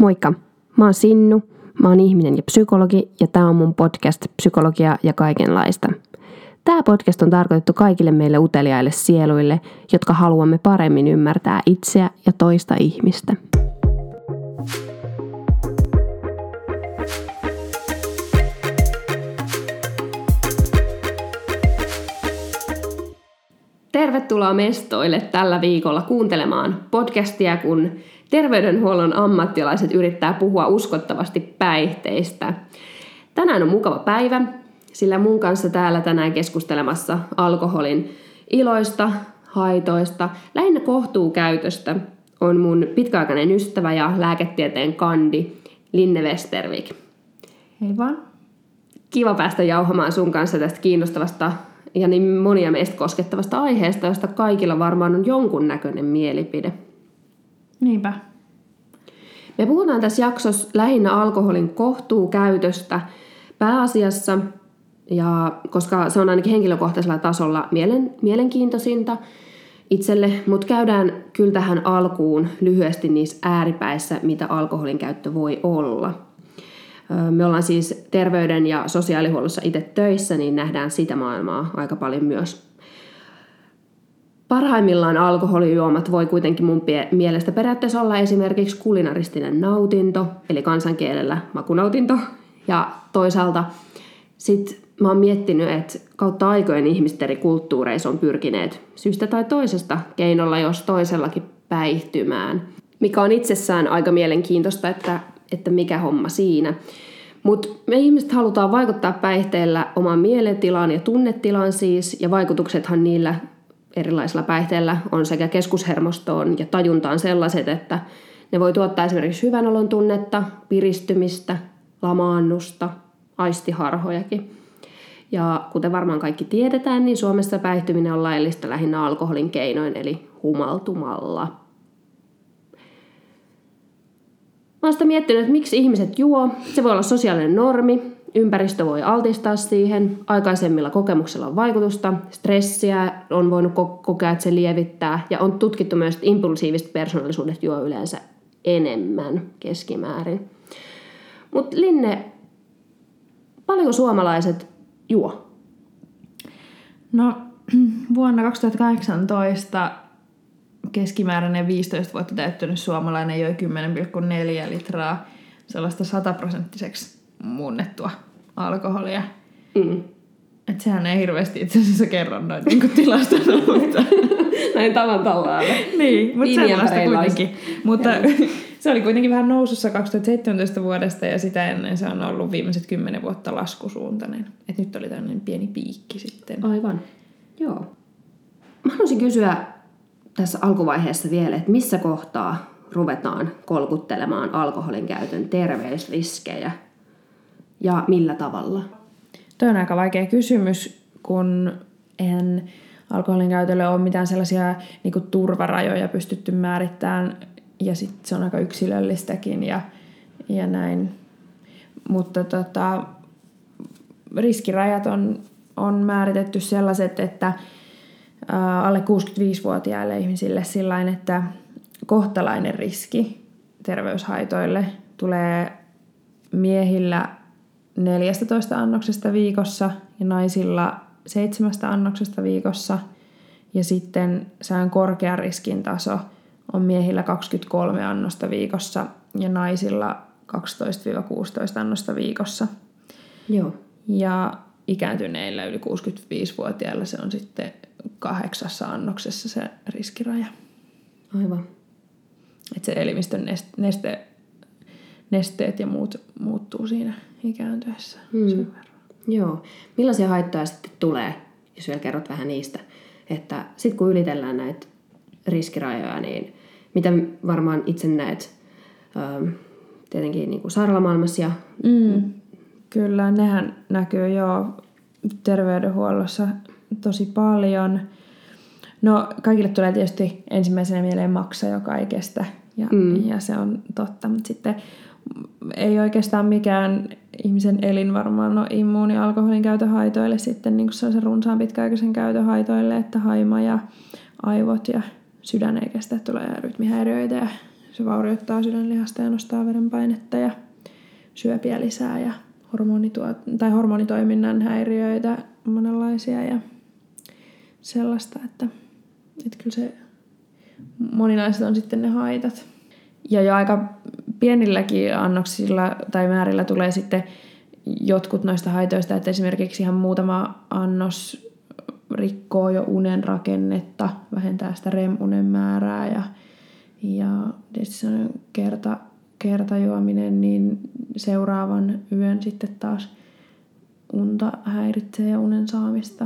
Moikka, mä oon Sinnu, mä oon ihminen ja psykologi ja tää on mun podcast Psykologia ja kaikenlaista. Tää podcast on tarkoitettu kaikille meille uteliaille sieluille, jotka haluamme paremmin ymmärtää itseä ja toista ihmistä. Tervetuloa mestoille tällä viikolla kuuntelemaan podcastia, kun terveydenhuollon ammattilaiset yrittää puhua uskottavasti päihteistä. Tänään on mukava päivä, sillä mun kanssa täällä tänään keskustelemassa alkoholin iloista, haitoista, lähinnä kohtuukäytöstä on mun pitkäaikainen ystävä ja lääketieteen kandi Linne Westervik. Hei vaan. Kiva päästä jauhamaan sun kanssa tästä kiinnostavasta ja niin monia meistä koskettavasta aiheesta, josta kaikilla varmaan on jonkunnäköinen mielipide. Niinpä. Me puhutaan tässä jaksossa lähinnä alkoholin kohtuukäytöstä pääasiassa, ja koska se on ainakin henkilökohtaisella tasolla mielenkiintoisinta itselle, mutta käydään kyllä tähän alkuun lyhyesti niissä ääripäissä, mitä alkoholin käyttö voi olla. Me ollaan siis terveyden- ja sosiaalihuollossa itse töissä, niin nähdään sitä maailmaa aika paljon myös. Parhaimmillaan alkoholijuomat voi kuitenkin mun mielestä periaatteessa olla esimerkiksi kulinaristinen nautinto, eli kansankielellä makunautinto. Ja toisaalta sitten mä oon miettinyt, että kautta aikojen ihmiset eri kulttuureissa on pyrkineet syystä tai toisesta keinolla jos toisellakin päihtymään, mikä on itsessään aika mielenkiintoista, että mikä homma siinä. Mutta me ihmiset halutaan vaikuttaa päihteillä omaan mielentilaan ja tunnetilaan siis, ja vaikutuksethan niillä erilaisilla päihteillä on sekä keskushermostoon ja tajuntaan sellaiset, että ne voi tuottaa esimerkiksi hyvän olon tunnetta, piristymistä, lamaannusta, aistiharhojakin. Ja kuten varmaan kaikki tiedetään, niin Suomessa päihtyminen on laillista lähinnä alkoholin keinoin, eli humaltumalla. Mä oon sitä miettinyt, että miksi ihmiset juo. Se voi olla sosiaalinen normi, ympäristö voi altistaa siihen, aikaisemmilla kokemuksilla on vaikutusta, stressiä on voinut kokea, että se lievittää, ja on tutkittu myös, että impulsiiviset persoonallisuudet juo yleensä enemmän keskimäärin. Mutta Linne, paljonko suomalaiset juo? No, vuonna 2018 keskimääräinen 15 vuotta täyttänyt suomalainen joi 10,4 litraa sellaista 100% muunnettua alkoholia. Että sehän ei hirveästi itse asiassa kerro noin niin tilastoja, mutta näin tavan tallaan. Niin, mutta sellaista kuitenkin. Mutta se oli kuitenkin vähän nousussa 2017 vuodesta ja sitä ennen se on ollut viimeiset 10 vuotta laskusuuntainen. Et nyt oli tämmöinen pieni piikki sitten. Aivan, joo. Mä haluaisin kysyä tässä alkuvaiheessa vielä, että missä kohtaa ruvetaan kolkuttelemaan alkoholin käytön terveysriskejä ja millä tavalla? Tuo on aika vaikea kysymys, kun eihän alkoholin käytölle ole mitään sellaisia niin kuin turvarajoja pystytty määrittämään ja sitten se on aika yksilöllistäkin ja näin. Mutta riskirajat on määritetty sellaiset, että alle 65-vuotiaille ihmisille sillain, että kohtalainen riski terveyshaitoille tulee miehillä 14 annoksesta viikossa ja naisilla 7 annoksesta viikossa. Ja sitten sään korkean riskin taso on miehillä 23 annosta viikossa ja naisilla 12-16 annosta viikossa. Joo. Ja ikääntyneillä yli 65-vuotiailla se on sitten 8 annoksessa se riskiraja. Aivan. Että se elimistön nesteet ja muut muuttuu siinä ikääntyessä sen verran. Joo. Millaisia haittoja sitten tulee, jos vielä kerrot vähän niistä, että sitten kun ylitellään näitä riskirajoja, niin mitä varmaan itse näet tietenkin niin kuin sairaalamaailmassa ja Kyllä, nehän näkyy jo terveydenhuollossa tosi paljon. No, kaikille tulee tietysti ensimmäisenä mieleen maksa, joka ei kestä, ja se on totta, mutta sitten ei oikeastaan mikään ihmisen elin varmaan ole immuuni alkoholin käytön haitoille sitten niin kuin sellaisen runsaan pitkäaikaisen käytön haitoille, että haima ja aivot ja sydän ei kestä, tulee rytmihäiriöitä ja se vaurioittaa sydänlihasta ja nostaa verenpainetta ja syöpiä lisää ja hormonitoiminnan häiriöitä monenlaisia ja sellaista, että kyllä se moninaiset on sitten ne haitat. Ja jo aika pienilläkin annoksilla tai määrillä tulee sitten jotkut noista haitoista, että esimerkiksi ihan muutama annos rikkoo jo unen rakennetta, vähentää sitä REM-unen määrää ja tietysti kertajuominen, niin seuraavan yön sitten taas unta häiritsee ja unen saamista.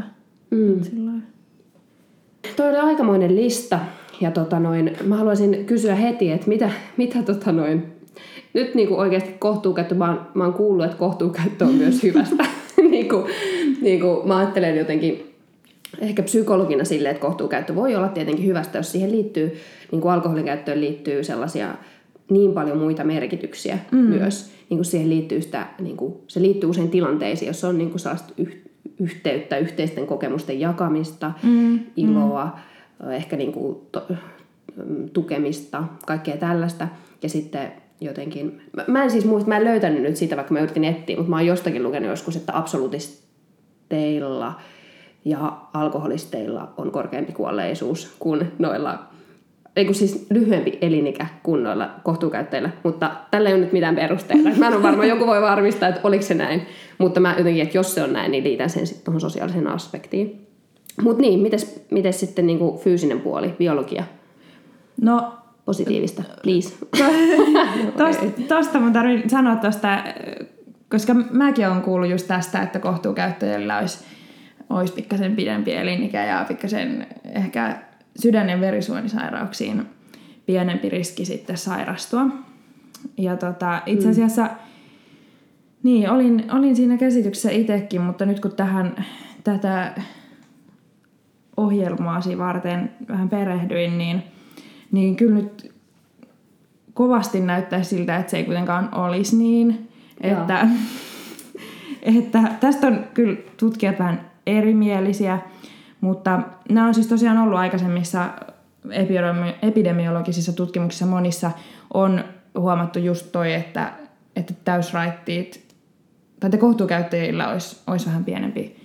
Toi oli aikamoinen lista ja mä haluaisin kysyä heti, että mitä nyt niinku oikeasti kohtuukäyttö, mä oon kuullut, että kohtuukäyttö on myös hyvästä. niinku mä ajattelen jotenkin ehkä psykologina silleen, että kohtuukäyttö voi olla tietenkin hyvästä, jos siihen liittyy, niin kuin alkoholinkäyttöön liittyy sellaisia niin paljon muita merkityksiä myös. Niin kuin siihen liittyy sitä, niin kuin, se liittyy usein tilanteisiin, jos on niin kuin sellaista yhteyttä, yhteisten kokemusten jakamista, iloa, ehkä niin kuin tukemista, kaikkea tällaista. Ja sitten jotenkin, mä en löytänyt nyt sitä, vaikka mä yritin etsiä, mutta mä oon jostakin lukenut joskus, että absolutisteilla ja alkoholisteilla on korkeampi kuolleisuus kuin noilla, siis lyhyempi elinikä kuin noilla kohtuukäyttäjillä, mutta tällä ei ole nyt mitään perusteita. Mä en ole varma, joku voi varmistaa, että oliko se näin, mutta mä jotenkin, että jos se on näin, niin liitän sen sitten tuohon sosiaaliseen aspektiin. Mutta niin, mites sitten niinku fyysinen puoli, biologia? No, positiivista, please. Tosta mun tarvitsen sanoa tosta, koska mäkin olen kuullut just tästä, että kohtuukäyttäjillä olisi pikkasen pidempi elinikä ja pikkasen ehkä sydän- ja verisuonisairauksiin pienempi riski sitten sairastua. Ja itse asiassa niin, olin siinä käsityksessä itsekin, mutta nyt kun tätä ohjelmaasi varten vähän perehdyin, niin kyllä nyt kovasti näyttäisi siltä, että se ei kuitenkaan olisi niin. Että tästä on kyllä tutkijat vähän erimielisiä, mutta nämä on siis tosiaan ollut aikaisemmissa epidemiologisissa tutkimuksissa monissa on huomattu just toi, että täysraittiit tai kohtuukäyttäjillä olisi vähän pienempi,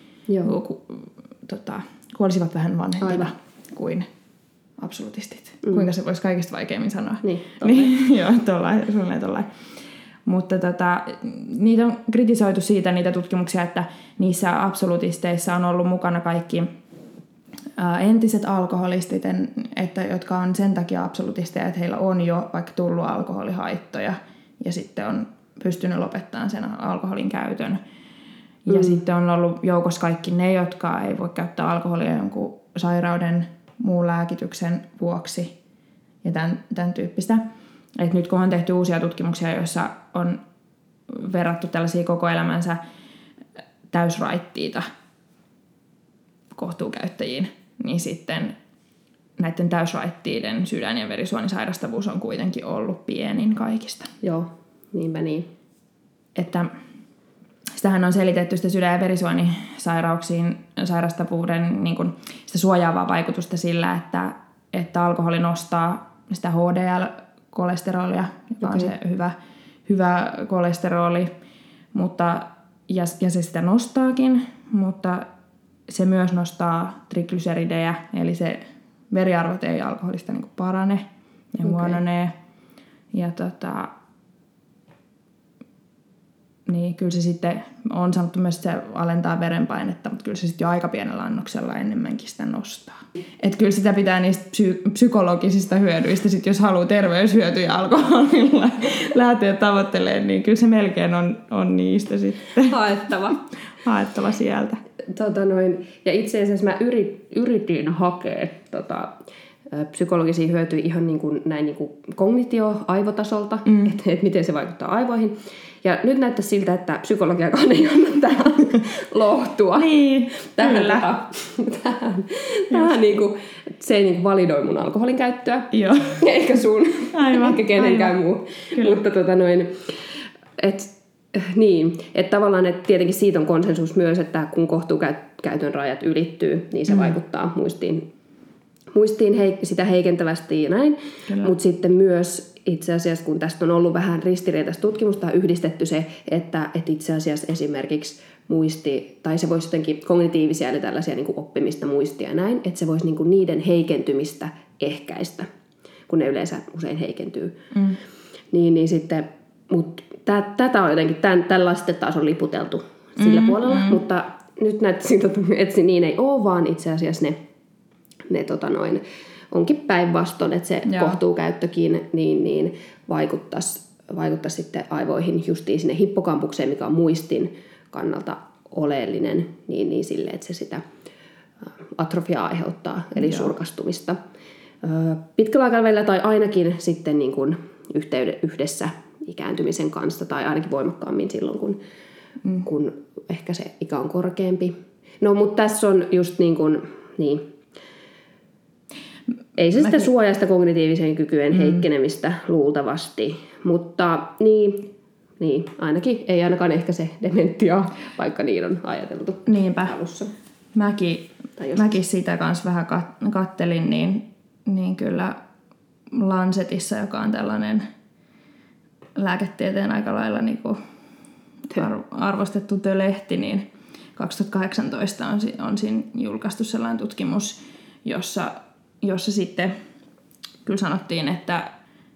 kuolisivat vähän vanhempina kuin absolutistit. Kuinka se voisi kaikista vaikeimmin sanoa. Niin, joo, tollain. Mutta niitä on kritisoitu siitä niitä tutkimuksia, että niissä absolutisteissa on ollut mukana kaikki entiset alkoholistit, jotka on sen takia absolutisteja, että heillä on jo vaikka tullut alkoholihaittoja ja sitten on pystynyt lopettamaan sen alkoholin käytön. Ja sitten on ollut joukossa kaikki ne, jotka ei voi käyttää alkoholia jonkun sairauden muun lääkityksen vuoksi ja tämän tyyppistä. Et nyt kun on tehty uusia tutkimuksia, joissa on verrattu tällaisia koko elämänsä täysraittiita kohtuukäyttäjiin, niin sitten näiden täysraittiiden sydän- ja verisuonisairastavuus on kuitenkin ollut pienin kaikista. Joo, niinpä niin. Että sitähän on selitetty sitä sydän- ja verisuonisairauksiin sairastavuuden niin kuin sitä suojaavaa vaikutusta sillä, että alkoholi nostaa sitä HDL-kolesterolia, joka on se hyvä kolesteroli, ja se sitä nostaakin, mutta se myös nostaa triglyceridejä, eli se veriarvot ei alkoholista niin kuin parane ja huononee. Ja niin kyllä se sitten on sanottu myös, että se alentaa verenpainetta, mutta kyllä se sitten jo aika pienellä annoksella enemmänkin sitä nostaa. Että kyllä sitä pitää niistä psykologisista hyödyistä, sit jos haluaa terveyshyötyjä alkoholilla lähteä tavoittelemaan, niin kyllä se melkein on niistä sitten haettava sieltä. Ja itse asiassa mä yritin hakea psykologisia hyötyjä ihan niin kuin, näin niin kuin kognitio-aivotasolta, että miten se vaikuttaa aivoihin. Ja nyt näyttää siltä, että psykologiakaan ei anna tähän lohtua. Niin, tähän niin kuin, se ei niin kuin validoi mun alkoholin käyttöä. Joo. Eikä sun, eikä kenenkään muu. Mutta niin, että tavallaan että tietenkin siitä on konsensus myös, että kun kohtuukäytön rajat ylittyy, niin se vaikuttaa muistiin muistiin sitä heikentävästi ja näin, mutta sitten myös itse asiassa, kun tästä on ollut vähän ristiriitaista tutkimusta, on yhdistetty se, että itse asiassa esimerkiksi muisti, tai se voisi jotenkin kognitiivisia, eli tällaisia niin kuin oppimista, muistia ja näin, että se voisi niin kuin niiden heikentymistä ehkäistä, kun ne yleensä usein heikentyy. Niin sitten, mutta tätä on jotenkin, tällaista taas on liputeltu sillä puolella, mutta nyt näyttää siltä, että niin ei ole, vaan itse asiassa ne onkin päinvastoin, että se kohtuukäyttökin niin vaikuttaisi sitten aivoihin justiin sinne hippokampukseen, mikä on muistin kannalta oleellinen, niin sille, että se sitä atrofiaa aiheuttaa, eli surkastumista. Pitkällä aikavälillä tai ainakin sitten niin kuin yhdessä ikääntymisen kanssa, tai ainakin voimakkaammin silloin, kun ehkä se ikä on korkeampi. No, mutta tässä on just niin kuin, niin. Ei se sitten suojaa sitä kognitiivisen kykyjen heikkenemistä luultavasti, mutta niin, ainakin ei ainakaan ehkä se dementia, vaikka niin on ajateltu alussa. Mäkin sitä kanssa vähän kattelin, niin kyllä Lancetissa, joka on tällainen lääketieteen aika lailla niin kuin arvostettu lehti, niin 2018 on siinä julkaistu sellainen tutkimus, jossa sitten kyllä sanottiin, että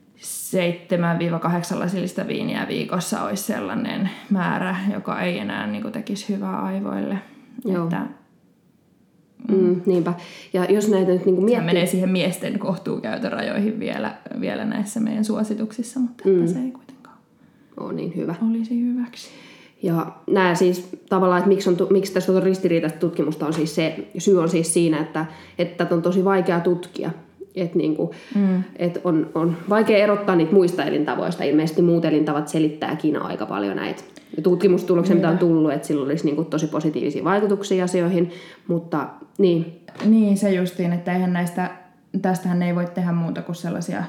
7-8 lasillista viiniä viikossa olisi sellainen määrä, joka ei enää niin kuin tekisi hyvää aivoille. Joo. Niinpä. Ja jos näitä nyt niin kuin miettii... Se menee siihen miesten kohtuukäytön rajoihin vielä näissä meidän suosituksissa, mutta että se ei kuitenkaan ole niin hyvä. Olisi hyväksi. Ja nämä siis tavallaan, että miksi tässä on ristiriitaista tutkimusta, on siis se syy on siis siinä, että tätä on tosi vaikea tutkia. Että niinku, et on vaikea erottaa niitä muista elintavoista. Ilmeisesti muut elintavat selittääkin aika paljon näitä tutkimustuloksia, mitä on tullut, että sillä olisi niinku tosi positiivisia vaikutuksia asioihin, mutta niin. Niin, se justiin, että eihän tästähän ei voi tehdä muuta kuin sellaisia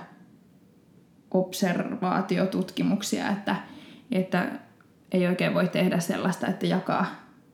observaatiotutkimuksia, että ei oikein voi tehdä sellaista, että jakaa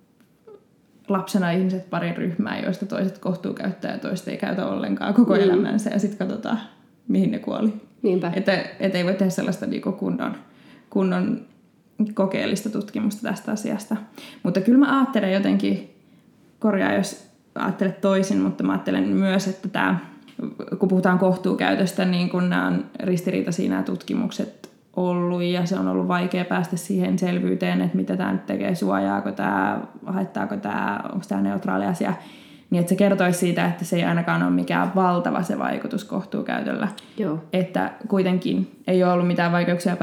lapsena ihmiset pari ryhmää, joista toiset kohtuu käyttää ja toiset ei käytä ollenkaan koko elämänsä ja sitten katsotaan, mihin ne kuoli. Niinpä. Että ei voi tehdä sellaista niinku kunnon kokeellista tutkimusta tästä asiasta. Mutta kyllä mä ajattelen jotenkin, korjaa jos ajattelet toisin, mutta mä ajattelen myös, että kun puhutaan kohtuukäytöstä, niin kun nämä on ristiriitaisia nämä tutkimukset ollut ja se on ollut vaikea päästä siihen selvyyteen, että mitä tämä nyt tekee, suojaako tämä, haittaako tämä, onko tämä neutraali asia, niin että se kertoisi siitä, että se ei ainakaan ole mikään valtava se vaikutus kohtuukäytöllä. Joo. Että kuitenkin ei ole ollut mitään vaikeuksia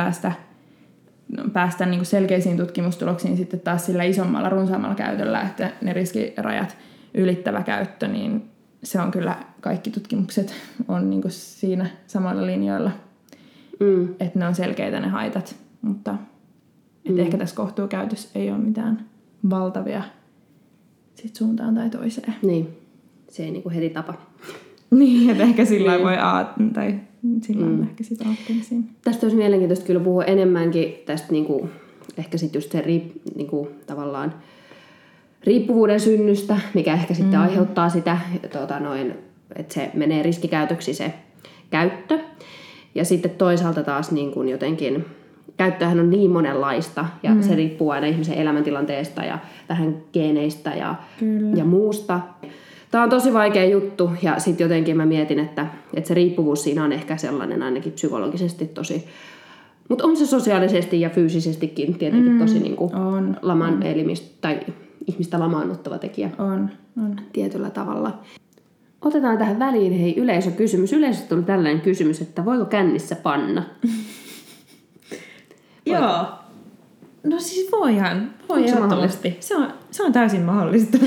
päästä niin kuin selkeisiin tutkimustuloksiin sitten taas sillä isommalla, runsaammalla käytöllä, että ne riskirajat ylittävä käyttö, niin se on kyllä, kaikki tutkimukset on niin kuin siinä samalla linjoilla. Että ne on selkeitä ne haitat, mutta ehkä tässä kohtuukäytössä ei ole mitään valtavia sit suuntaan tai toiseen. Niin, se ei niinku heti tapa. Niin, että ehkä sillä voi tai sillä ehkä sitä ajattelisin. Tästä olisi mielenkiintoista kyllä puhua enemmänkin tästä niinku, ehkä sitten just se niinku, tavallaan riippuvuuden synnystä, mikä ehkä sitten aiheuttaa sitä, että se menee riskikäytöksi se käyttö. Ja sitten toisaalta taas niin kuin jotenkin, käyttöhän on niin monenlaista ja se riippuu aina ihmisen elämäntilanteesta ja vähän geeneistä ja muusta. Tämä on tosi vaikea juttu ja sitten jotenkin mä mietin, että se riippuvuus siinä on ehkä sellainen ainakin psykologisesti tosi, mutta on se sosiaalisesti ja fyysisestikin tietenkin tosi niin kuin laman elimistä tai ihmistä lamaannuttava tekijä on tietyllä tavalla. Otetaan tähän väliin yleisökysymys. Yleisöstä tuli tällainen kysymys, että voiko kännissä panna? Joo. No siis voihan. Voi ehdottomasti. Se on täysin mahdollista.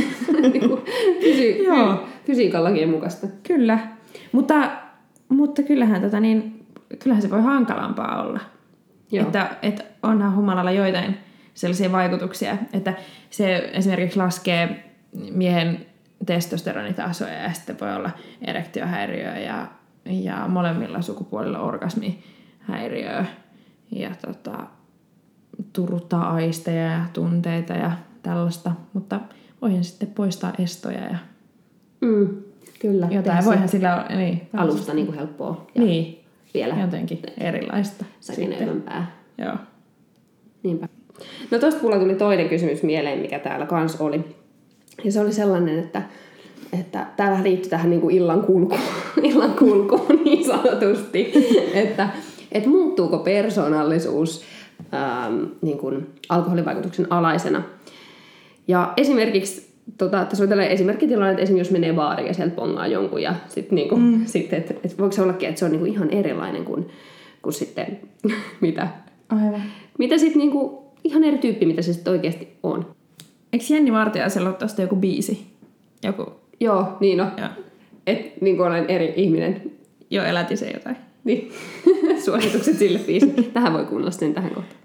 Fysiikan lakien mukaista. Kyllä. Mutta kyllähän se voi hankalampaa olla. Että onhan humalalla joitain sellaisia vaikutuksia, että se esimerkiksi laskee miehen testosteronitasoja ja sitten voi olla erektiohäiriö ja molemmilla sukupuolilla orgasmihäiriö ja turruttaa aisteja ja tunteita ja tällaista, mutta voihan sitten poistaa estoja. Kyllä. Jotain voihan sillä olla, niin. Alusta niin kuin helppoa. Ja niin. vielä jotenkin erilaista. säkenevempää. Joo. Niinpä. No tosta mulla tuli toinen kysymys mieleen, mikä täällä kans oli. Ja se oli sellainen, että tää vähän liittyy tähän niin kuin illan kulkuun niin sanotusti. että muuttuuko persoonallisuus niin kuin alkoholivaikutuksen alaisena. Ja esimerkiksi, tässä on tällainen esimerkkitilanne, että esimerkiksi jos menee baariin ja sieltä pongaa jonkun ja sitten niinku, että voiko se ollakin, että se on niinku ihan erilainen kuin sitten mitä. Aivan. Mitä sitten niinku, ihan eri tyyppi, mitä se sitten oikeasti on. Eikö Jenni Vartiaisella ole tosta joku biisi? Joku... Joo, niin on. Että niinku olen eri ihminen. Joo, eläti se jotain. Niin. Suositukset sille biisille. Tähän voi kuunnella sen tähän kohtaan.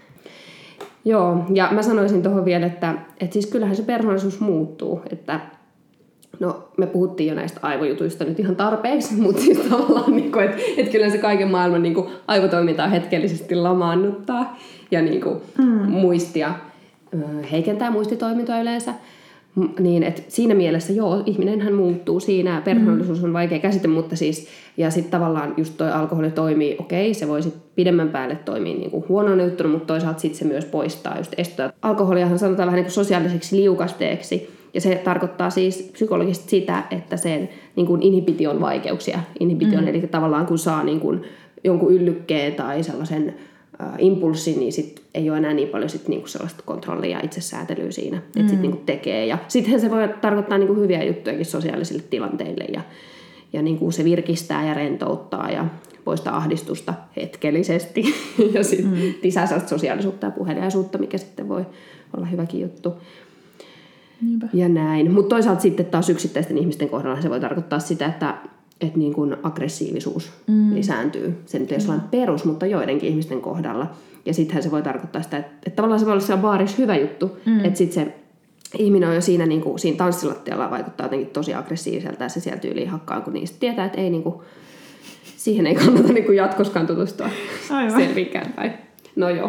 Joo, ja mä sanoisin tuohon vielä, että siis kyllähän se persoonallisuus muuttuu, että no me puhuttiin jo näistä aivojutuista nyt ihan tarpeeksi, mutta siis tavallaan, niin kuin, että kyllä se kaiken maailman niin kuin, aivotoimintaa hetkellisesti lamaannuttaa ja niin kuin, muistia heikentää muistitoimintoa yleensä. Niin, että siinä mielessä joo, ihminenhän muuttuu siinä, persoonallisuus on vaikea käsite, mutta siis, ja sitten tavallaan just toi alkoholi toimii, okei, se voi sitten pidemmän päälle toimia niin kuin huonona juttuna, mutta toisaalta sitten se myös poistaa just estoja. Alkoholiahan sanotaan vähän niin kuin sosiaaliseksi liukasteeksi, ja se tarkoittaa siis psykologisesti sitä, että sen niin kuin inhibition vaikeuksia, eli tavallaan kun saa niin kuin jonkun yllykkeen tai sellaisen impulssi, niin sit ei ole enää niin paljon sit niinku sellaista kontrollia ja itsesäätelyä siinä, että sit niinku tekee. Ja sittenhän se voi tarkoittaa niinku hyviä juttujakin sosiaalisille tilanteille ja niinku se virkistää ja rentouttaa ja poistaa ahdistusta hetkellisesti ja sitten lisää sellaista sosiaalisuutta ja puheliaisuutta, mikä sitten voi olla hyväkin juttu. Niinpä. Ja näin. Mutta toisaalta sitten taas yksittäisten ihmisten kohdalla se voi tarkoittaa sitä, että niin kuin aggressiivisuus lisääntyy. Se nyt ei ole sellainen perus, mutta joidenkin ihmisten kohdalla. Ja sittenhän se voi tarkoittaa sitä, että tavallaan se voi olla siellä baarissa hyvä juttu, että sitten se ihminen on jo siinä, niin kuin, siinä tanssilattialla vaikuttaa jotenkin tosi aggressiiviselta ja se sieltä yli hakkaa, kun niistä tietää, että ei, niin kuin, siihen ei kannata niin kuin jatkoskaan tutustua selvinkään päin. No joo.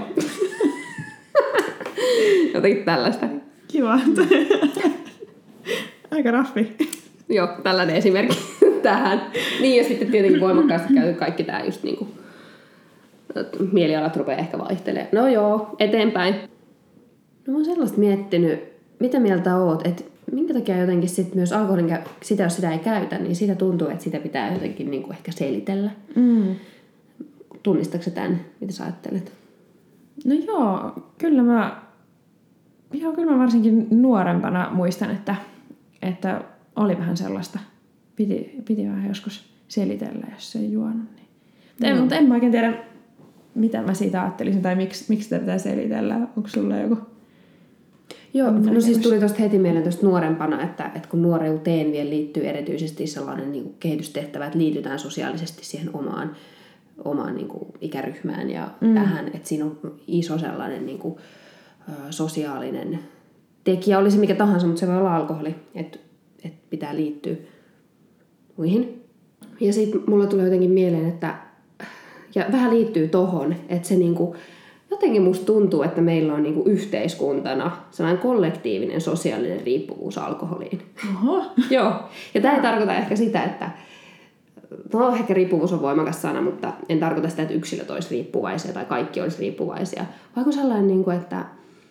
Jotenkin tällaista. Kiva. Aika raffi. Joo, tällainen esimerkki tähän. Niin, ja sitten tietenkin voimakkaasti käyty kaikki tämä just niinku, mielialat rupeaa ehkä vaihtelemaan. No joo, eteenpäin. No mä oon sellaista miettinyt, mitä mieltä oot, että minkä takia jotenkin sit myös alkoholin, sitä jos sitä ei käytä, niin siitä tuntuu, että sitä pitää jotenkin niinku ehkä selitellä. Tunnistatko tämän? Mitä sä ajattelet? No joo, kyllä mä varsinkin nuorempana muistan, että oli vähän sellaista. Piti vähän joskus selitellä, jos se ei juonut. Niin. Mutta en mä oikein tiedä, mitä mä siitä ajattelisin, tai miksi sitä pitää selitellä. Onko sulla joku? Joo, no siis tuli tuosta heti mieleen tuosta nuorempana, että kun nuoreuteen vielä liittyy erityisesti sellainen niin kuin kehitystehtävä, että liitytään sosiaalisesti siihen omaan niin kuin ikäryhmään ja tähän, että siinä on iso sellainen niin kuin, sosiaalinen tekijä, oli se mikä tahansa, mutta se voi olla alkoholi, että pitää liittyä muihin. Ja sitten mulla tulee jotenkin mieleen, että ja vähän liittyy tohon, että se niinku, jotenkin musta tuntuu, että meillä on niinku yhteiskuntana sellainen kollektiivinen sosiaalinen riippuvuus alkoholiin. Oho. Joo. Ja tämä ei tarkoita ehkä sitä, että no ehkä riippuvuus on voimakas sana, mutta en tarkoita sitä, että yksilöt olisi riippuvaisia tai kaikki olisi riippuvaisia. Vaikka sellainen, niinku, että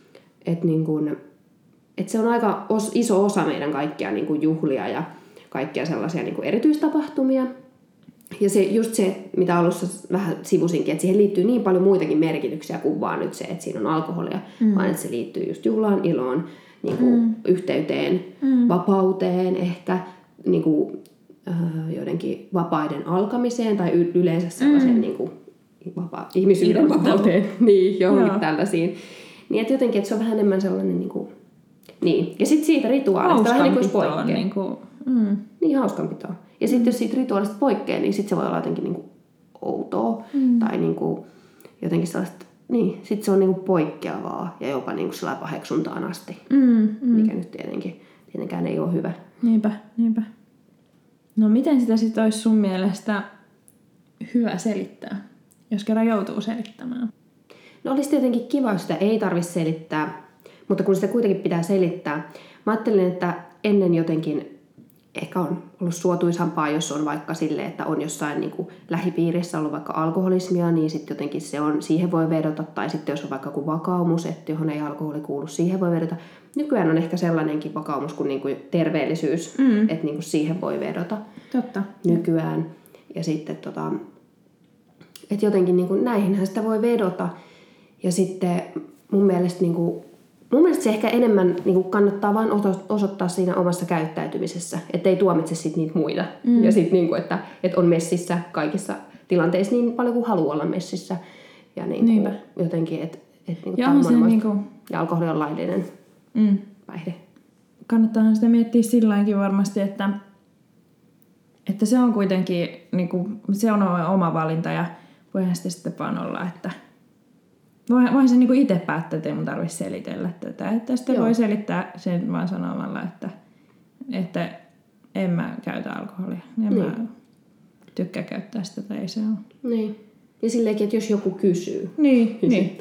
se on aika iso osa meidän kaikkia niinku juhlia ja kaikkia sellaisia niinku erityistapahtumia. Ja just se, mitä alussa vähän sivusinkin, että siihen liittyy niin paljon muitakin merkityksiä kuin vaan nyt se, että siinä on alkoholia, vaan että se liittyy just juhlaan, iloon, niinku yhteyteen, vapauteen ehkä, niinku, joidenkin vapaiden alkamiseen tai yleensä sellaiseen niinku, ihmisyyden vapauteen, niin, johonkin tällaisiin. Niin että jotenkin, että se on vähän enemmän sellainen niinku, niin. Ja sitten siitä rituaalista vähän niin kuin poikkeaa. Niin, hauskanpitoa. Ja sitten jos siitä rituaalista poikkeaa, niin sitten se voi olla jotenkin niinku outoa. Tai niinku jotenkin sellaista, niin, sitten se on niinku poikkeavaa ja jopa niinku sellainen paheksuntaan asti. Mikä nyt tietenkään ei ole hyvä. Niinpä. No miten sitä sitten olisi sun mielestä hyvä selittää, jos kerran joutuu selittämään? No olisi tietenkin kiva, jos sitä ei tarvitse selittää, mutta kun sitä kuitenkin pitää selittää. Mä ajattelin, että ennen jotenkin ehkä on ollut suotuisampaa, jos on vaikka silleen, että on jossain niin kuin lähipiirissä ollut vaikka alkoholismia, niin sitten jotenkin siihen voi vedota. Tai sitten jos on vaikka joku vakaumus, että johon ei alkoholi kuulu, siihen voi vedota. Nykyään on ehkä sellainenkin vakaumus kuin niinku terveellisyys, että niinku siihen voi vedota. Totta. Nykyään. Ja sitten että jotenkin niinku näihinhän sitä voi vedota. Ja sitten mun mielestä se ehkä enemmän niinku kannattaa vaan osoittaa siinä omassa käyttäytymisessä, ettei tuomitse sit niitä muita. Ja sitten niinku, että on messissä kaikissa tilanteissa niin paljon kuin haluaa olla messissä. Ja niinku jotenkin, että niinku ja alkoholi on laillinen päihde. Kannattaahan sitä miettiä silläkin varmasti, että se on kuitenkin niinku, se on oma valinta ja voihan sitten vaan olla, että voihan se niinku itse päättää, että ei mun tarvitse selitellä tätä. Että sitten voi selittää sen vaan sanomalla, että en mä käytä alkoholia. En mä tykkää käyttää sitä tai ei se ole. Niin. Ja silleenkin, että jos joku kysyy. Niin.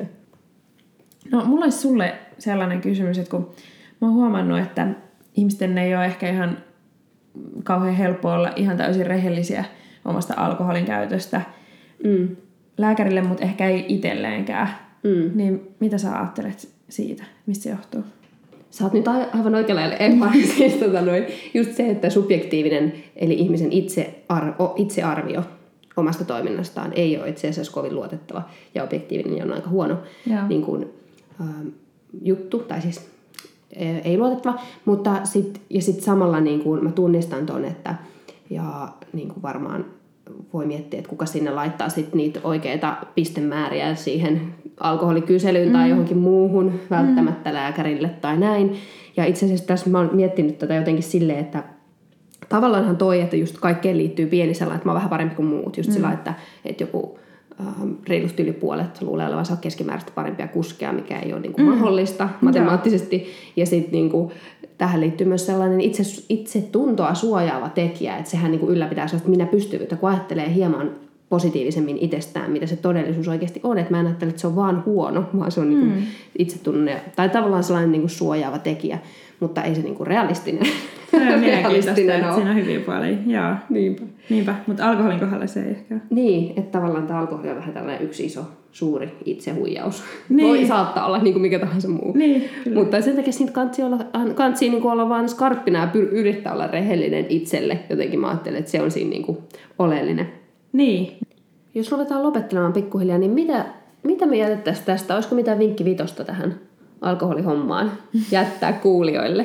No, mulla olisi sulle sellainen kysymys, että kun mä oon huomannut, että ihmisten ei ole ehkä ihan kauhean helppo olla ihan täysin rehellisiä omasta alkoholin käytöstä lääkärille, mutta ehkä ei itselleenkään. Niin mitä sä ajattelet siitä? Mistä se johtuu? Sä oot nyt aivan oikealla siis, just se, että subjektiivinen, eli ihmisen itsearvio omasta toiminnastaan ei ole itse asiassa kovin luotettava ja objektiivinen on aika huono niin kuin, juttu, tai siis ei luotettava, mutta sitten samalla niin kuin mä tunnistan ton, että ja niin kuin varmaan voi miettiä, että kuka sinne laittaa sit niitä oikeita pistemääriä siihen alkoholikyselyyn tai johonkin muuhun välttämättä lääkärille tai näin. Ja itse asiassa tässä mä oon miettinyt tätä jotenkin silleen, että tavallaanhan että just kaikkeen liittyy pieni sellainen, että mä oon vähän parempi kuin muut. Just sillä, että joku reilusti yli puolet luulee olevansa keskimääräistä parempia kuskeja, mikä ei ole niin kuin mahdollista matemaattisesti. Ja sitten niin kuin, tähän liittyy myös sellainen itsetuntoa suojaava tekijä, että sehän niin kuin ylläpitää sellaista minä-pystyvyyttä, kun ajattelee hieman positiivisemmin itsestään, mitä se todellisuus oikeasti on. Että mä en ajattele, että se on vaan huono, vaan se on niin kuin itsetunnon, tai tavallaan sellainen niin kuin suojaava tekijä, mutta ei se niin kuin realistinen. Realistinen on. Siinä on hyvin paljon, joo. Niinpä. Mutta alkoholin kohdalla se ei ehkä ole. Niin, että tavallaan tämä alkoholi on vähän tällainen yksi iso, suuri itsehuijaus. Voi saattaa olla niin kuin mikä tahansa muu. Niin, mutta sen takia siitä kantsii niin olla vaan skarppina ja yrittää olla rehellinen itselle. Jotenkin mä ajattelen, että se on siinä niin kuin oleellinen. Niin. Jos ruvetaan lopettelemaan pikkuhiljaa, niin mitä me jätettäisiin tästä? Olisiko mitään vinkkivitosta tähän alkoholihommaan jättää kuulijoille?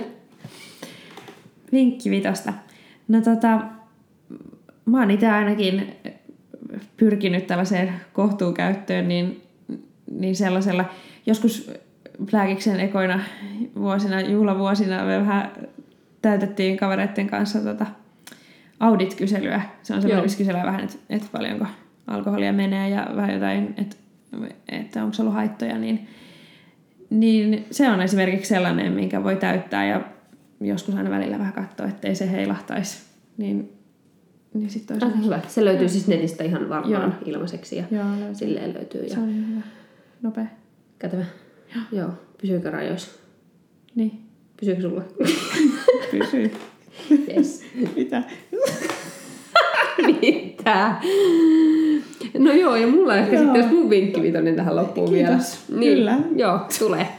Vinkkivitosta. No mä oon itse ainakin pyrkinyt tällaiseen kohtuukäyttöön, niin sellaisella, joskus Plääkiksen ekoina vuosina, juhlavuosina me vähän täytettiin kavereiden kanssa audit-kyselyä. Se on sellainen, missä kysellään vähän, että paljonko alkoholia menee ja vähän jotain, että onko ollut haittoja, niin se on esimerkiksi sellainen, minkä voi täyttää ja joskus aina välillä vähän katsoa, ettei se heilahtaisi. Niin sitten olisi hyvä. Se löytyy siis netistä ihan varmaan ilmaiseksi ja silleen löytyy. Se on ihan hyvä. Nopea. Kätevä. Joo. Pysyykö rajoissa? Niin. Pysyykö sulla? Pysyy. Yes. Mitä? Mitä? No joo, ja mulla ehkä sitten jos mun vinkkivitonen tähän loppuun vielä. Niin, kyllä. Joo, tulee.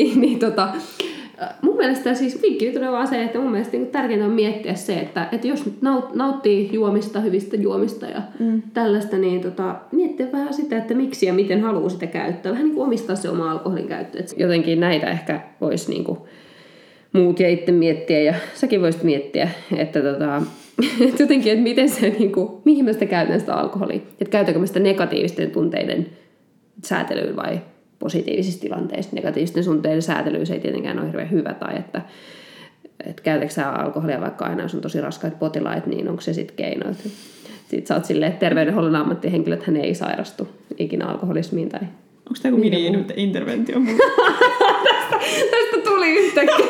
Mun mielestä siis vinkkivitonen on vaan se, että mun mielestä niin tärkeintä on miettiä se, että jos nauttii juomista, hyvistä juomista ja tällaista, niin miettiä vähän sitä, että miksi ja miten haluaa sitä käyttää. Vähän niin kuin omistaa se oma alkoholin käyttö. Et jotenkin näitä ehkä voisi niin kuin muut ja itse miettiä ja säkin voisit miettiä, että jotenkin, että miten se, niin kuin, mihin mä sitä käytän sitä alkoholia. Että käytänkö mä sitä negatiivisten tunteiden säätelyyn vai positiivisissa tilanteissa. Negatiivisten tunteiden säätelyyn se ei tietenkään ole hirveän hyvä. Tai että käytätkö sä alkoholia vaikka aina, jos on tosi raskaita potilaita, niin onko se sitten keino. Sitten sä oot silleen, että terveydenhuollon ammattihenkilöt hän ei sairastu ikinä alkoholismiin. Tai onko tämä joku mini-interventio? Tästä tuli yhtäkkiä.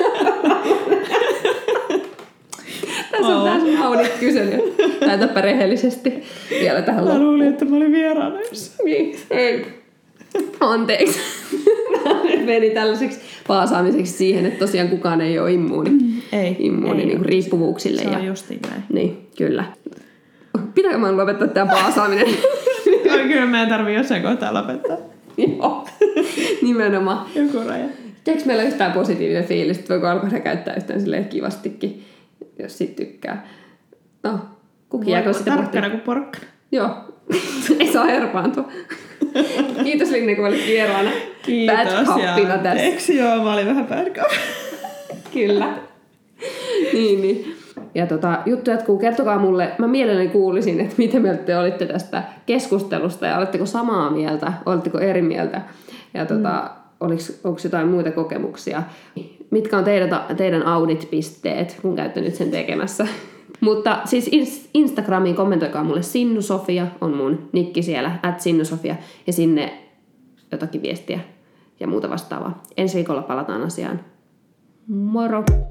Tässä on taas audit-kysely. Täytäpä rehellisesti vielä tähän loppuun. Mä luulin, että mä olin vieraana. Niin, ei. Anteeksi. meni tällaiseksi paasaamiseksi siihen, että tosiaan kukaan ei ole immuuni niin kuin riippuvuuksille. Se on justiin näin. Niin, kyllä. Pitääkö mä lopettaa tämä paasaaminen? Kyllä meidän tarvii jossain kohtaa lopettaa. Joo, nimenomaan. Joku raja. Teekö meillä yhtään positiivinen fiilis, että voiko alkaa käyttää yhtään silleen kivastikin, jos sit tykkää? No, kukin jääkö sitä pohtia? Tarkkana kuin porkkana. Joo, ei saa herpaantua. Kiitos Linne, kun olit vieraana. Kiitos. Bad copina tässä. Eikö joo, mä olin vähän bad cop. Kyllä. niin. Ja juttu jatkuu. Kertokaa mulle, mä mielelläni kuulisin, että mitä mieltä te olitte tästä keskustelusta ja oletteko samaa mieltä, oletteko eri mieltä ja onko jotain muita kokemuksia. Mitkä on teidän audit-pisteet, kun käytte nyt sen tekemässä. Mutta siis Instagramiin kommentoikaa mulle Sinnusofia, on mun nikki siellä, @Sinnusofia, ja sinne jotakin viestiä ja muuta vastaavaa. Ensi viikolla palataan asiaan. Moro!